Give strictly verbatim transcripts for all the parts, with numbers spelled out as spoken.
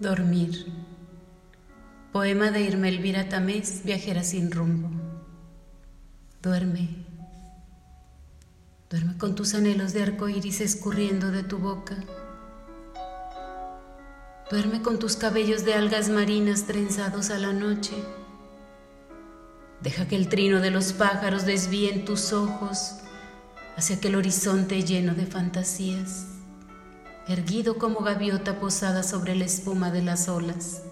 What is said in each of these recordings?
Dormir. Poema de Irma Elvira Tamés, viajera sin rumbo. Duerme. Duerme con tus anhelos de arco iris escurriendo de tu boca. Duerme con tus cabellos de algas marinas trenzados a la noche. Deja que el trino de los pájaros desvíen tus ojos hacia aquel horizonte lleno de fantasías, erguido como gaviota posada sobre la espuma de las olas.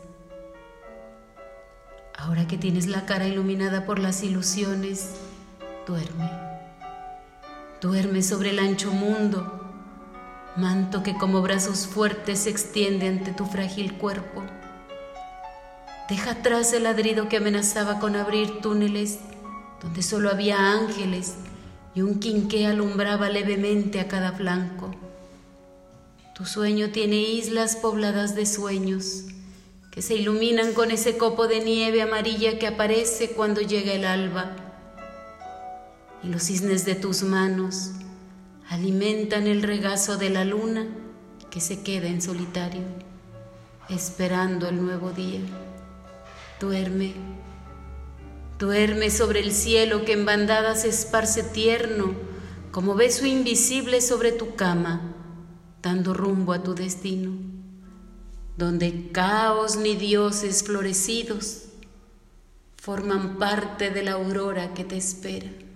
Ahora que tienes la cara iluminada por las ilusiones, duerme. Duerme sobre el ancho mundo, manto que como brazos fuertes se extiende ante tu frágil cuerpo. Deja atrás el ladrido que amenazaba con abrir túneles donde solo había ángeles y un quinqué alumbraba levemente a cada flanco. Tu sueño tiene islas pobladas de sueños que se iluminan con ese copo de nieve amarilla que aparece cuando llega el alba. Y los cisnes de tus manos alimentan el regazo de la luna que se queda en solitario, esperando el nuevo día. Duerme, duerme sobre el cielo que en bandadas se esparce tierno como beso invisible sobre tu cama, dando rumbo a tu destino, donde caos ni dioses florecidos forman parte de la aurora que te espera.